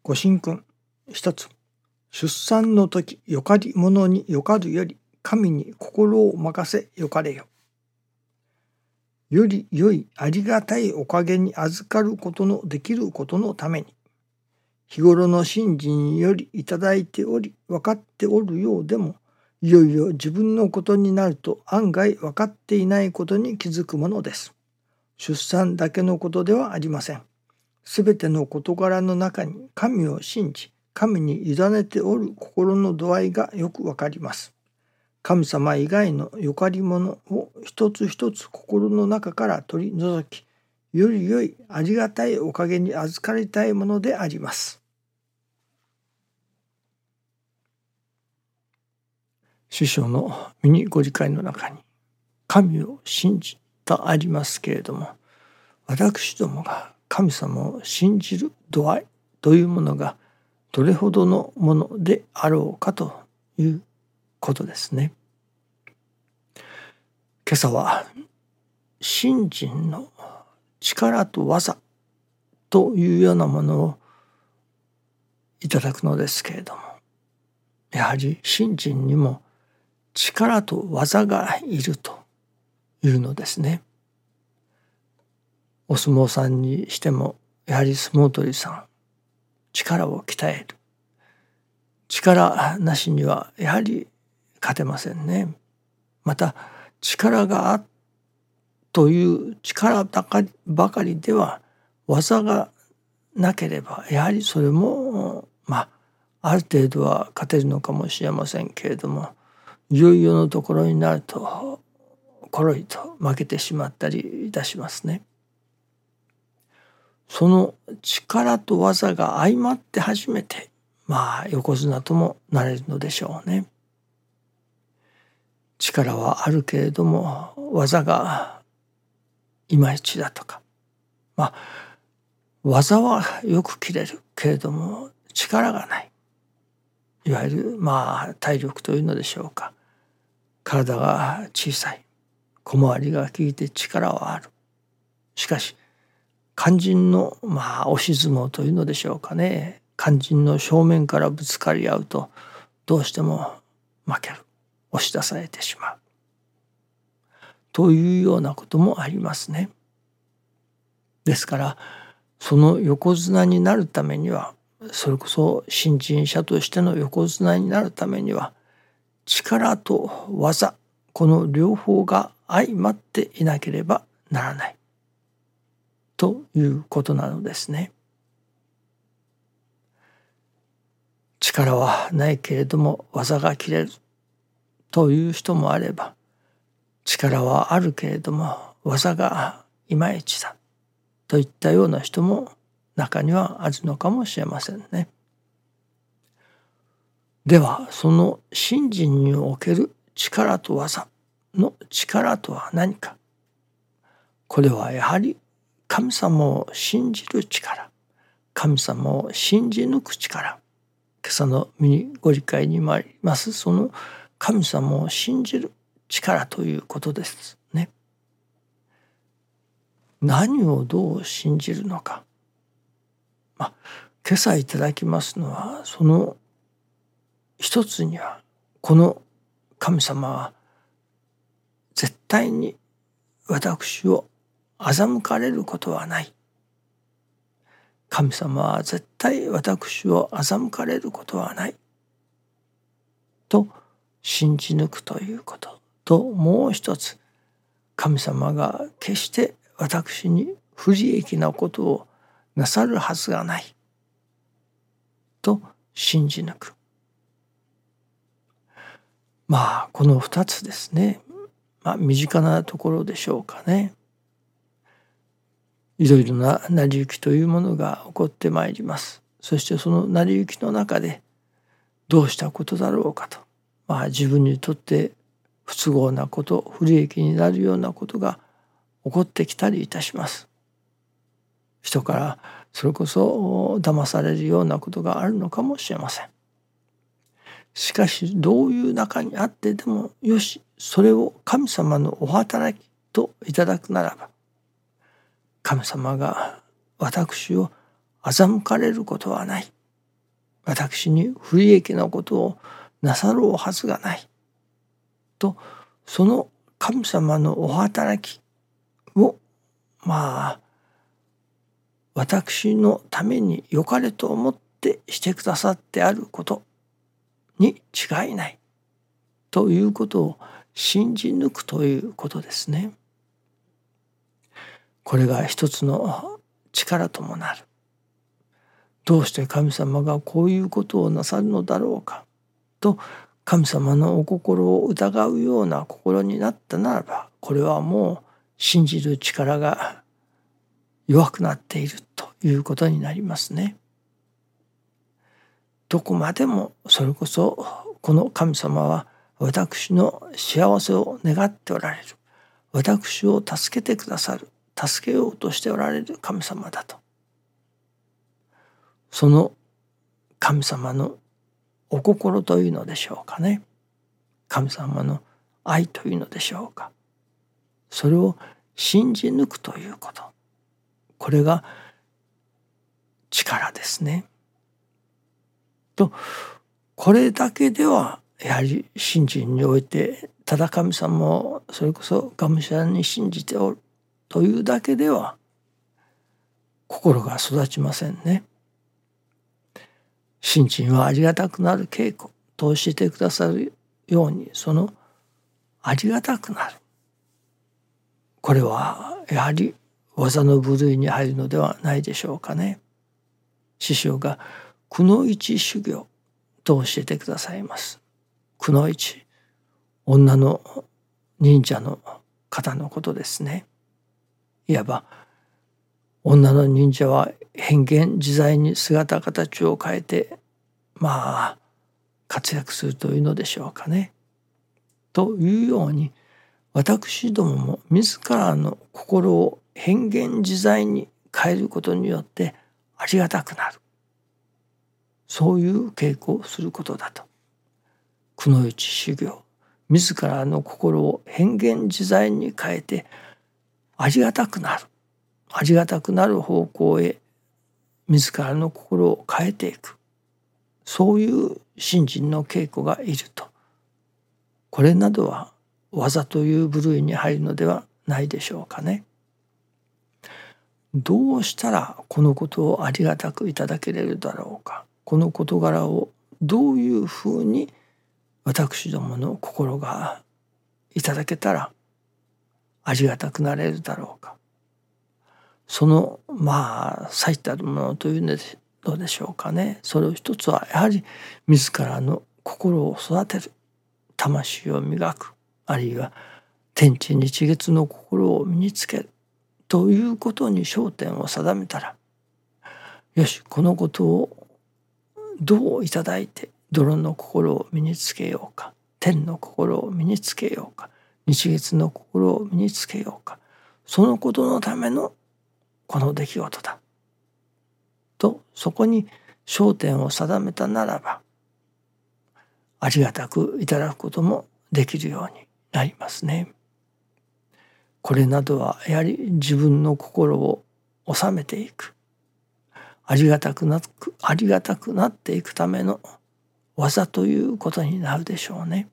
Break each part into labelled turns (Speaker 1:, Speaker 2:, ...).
Speaker 1: ご神君一つ。出産の時よかり者によかるより神に心を任せよかれよ。より良いありがたいおかげに預かることのできることのために、日頃の信心によりいただいており分かっておるようでも、いよいよ自分のことになると案外分かっていないことに気づくものです。出産だけのことではありません。すべての事柄の中に神を信じ、神に委ねておる心の度合いがよくわかります。神様以外のよかりものを一つ一つ心の中から取り除き、より良いありがたいおかげに預かりたいものであります。師匠のミニご理解の中に、神を信じとありますけれども、私どもが神様を信じる度合いというものがどれほどのものであろうかということですね。今朝は信心の力と技というようなものをいただくのですけれども、やはり信心にも力と技がいるというのですね。お相撲さんにしてもやはり相撲取りさん、力を鍛える。力なしにはやはり勝てませんね。また力があという力ばかりでは技がなければやはりそれもある程度は勝てるのかもしれませんけれども、いよいよのところになるとコロリと負けてしまったりいたしますね。その力と技が相まって初めて横綱ともなれるのでしょうね。力はあるけれども技がいまいちだとか、技はよく切れるけれども力がない、いわゆる体力というのでしょうか。体が小さい、小回りが利いて力はある。しかし肝心の押し相撲というのでしょうかね。肝心の正面からぶつかり合うとどうしても負ける、押し出されてしまうというようなこともありますね。ですからその横綱になるためには、それこそ新人者としての横綱になるためには、力と技、この両方が相まっていなければならないということなのですね。力はないけれども技が切れるという人もあれば、力はあるけれども技がいまいちだといったような人も中にはあるのかもしれませんね。ではその信心における力と技の力とは何か。これはやはり神様を信じる力、神様を信じ抜く力。今朝のミニご理解にもありますその神様を信じる力ということですね。何をどう信じるのか。今朝いただきますのは、その一つにはこの神様は絶対に私を欺かれることはない。神様は絶対私を欺かれることはないと信じ抜くということと、もう一つ、神様が決して私に不利益なことをなさるはずがないと信じ抜く。この二つですね。身近なところでしょうかね。いろいろな成り行きというものが起こってまいります。そしてその成り行きの中でどうしたことだろうかと、自分にとって不都合なこと、不利益になるようなことが起こってきたりいたします。人からそれこそ騙されるようなことがあるのかもしれません。しかしどういう中にあってでもよし、それを神様のお働きといただくならば、神様が私を欺かれることはない。 私に不利益なことをなさろうはずがないと、その神様のお働きを私のために良かれと思ってしてくださってあることに違いないということを信じ抜くということですね。これが一つの力ともなる。どうして神様がこういうことをなさるのだろうかと、神様のお心を疑うような心になったならば、これはもう信じる力が弱くなっているということになりますね。どこまでもそれこそこの神様は私の幸せを願っておられる、私を助けてくださる、助けようとしておられる神様だと、その神様のお心というのでしょうかね、神様の愛というのでしょうか、それを信じ抜くということ、これが力ですね。と、これだけではやはり信心においてただ神様をそれこそがむしゃらに信じておるというだけでは心が育ちませんね。信心はありがたくなる稽古と教えてくださるように、そのありがたくなる、これはやはり技の部類に入るのではないでしょうかね。師匠が苦の一修行と教えてくださいます。苦の一、女の忍者の方のことですね。いわば女の忍者は変幻自在に姿形を変えて活躍するというのでしょうかね。というように、私どもも自らの心を変幻自在に変えることによってありがたくなる、そういう稽古をすることだと。苦の一修行、自らの心を変幻自在に変えてありがたくなる、ありがたくなる方向へ自らの心を変えていく、そういう信心の稽古がいると、これなどは技という部類に入るのではないでしょうかね。どうしたらこのことをありがたくいただけれるだろうか、この事柄をどういうふうに私どもの心がいただけたらありがたくなれるだろうか、その最たるものというのでしょうかね。それを一つはやはり自らの心を育てる、魂を磨く、あるいは天地日月の心を身につけるということに焦点を定めたら、よし、このことをどういただいて泥の心を身につけようか、天の心を身につけようか、日月の心を身につけようか、そのことのためのこの出来事だと、そこに焦点を定めたならばありがたくいただくこともできるようになりますね。これなどはやはり自分の心を収めていく、ありがたくなっていくための技ということになるでしょうね。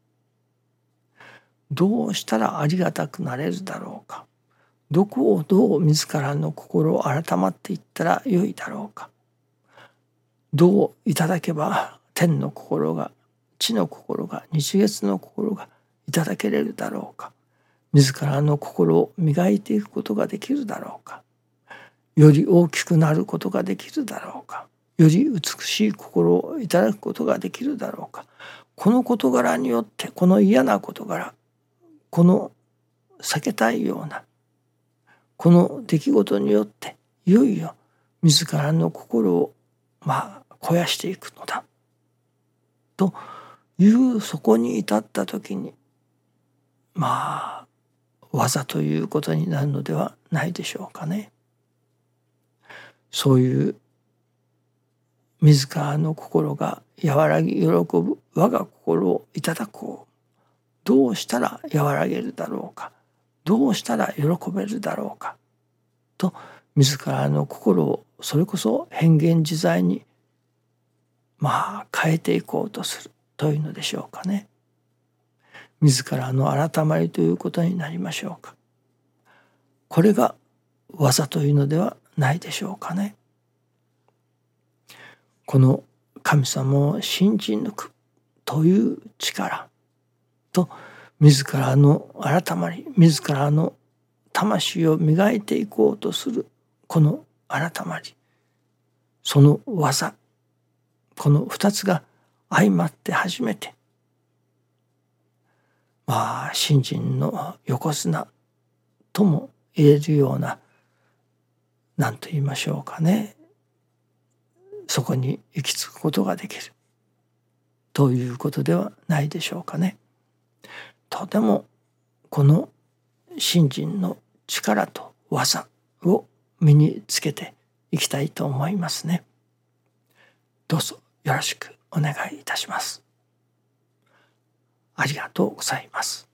Speaker 1: どうしたらありがたくなれるだろうか、どこをどう自らの心を改まっていったらよいだろうか、どういただけば天の心が、地の心が、日月の心がいただけれるだろうか、自らの心を磨いていくことができるだろうか、より大きくなることができるだろうか、より美しい心をいただくことができるだろうか、この事柄によって、この嫌な事柄、この避けたいようなこの出来事によっていよいよ自らの心を肥やしていくのだというそこに至った時に技ということになるのではないでしょうかね。そういう自らの心が和らぎ喜ぶ我が心をいただこう、どうしたら和らげるだろうか、どうしたら喜べるだろうかと、自らの心をそれこそ変幻自在に変えていこうとするというのでしょうかね。自らの改まりということになりましょうか。これが技というのではないでしょうかね。この神様を信じ抜くという力と、自らの改まり、自らの魂を磨いていこうとするこの改まり、その技、この二つが相まって初めて信心の横綱とも言えるような、何と言いましょうかね、そこに行き着くことができるということではないでしょうかね。とてもこの信心の力と技を身につけていきたいと思いますね。どうぞよろしくお願いいたします。ありがとうございます。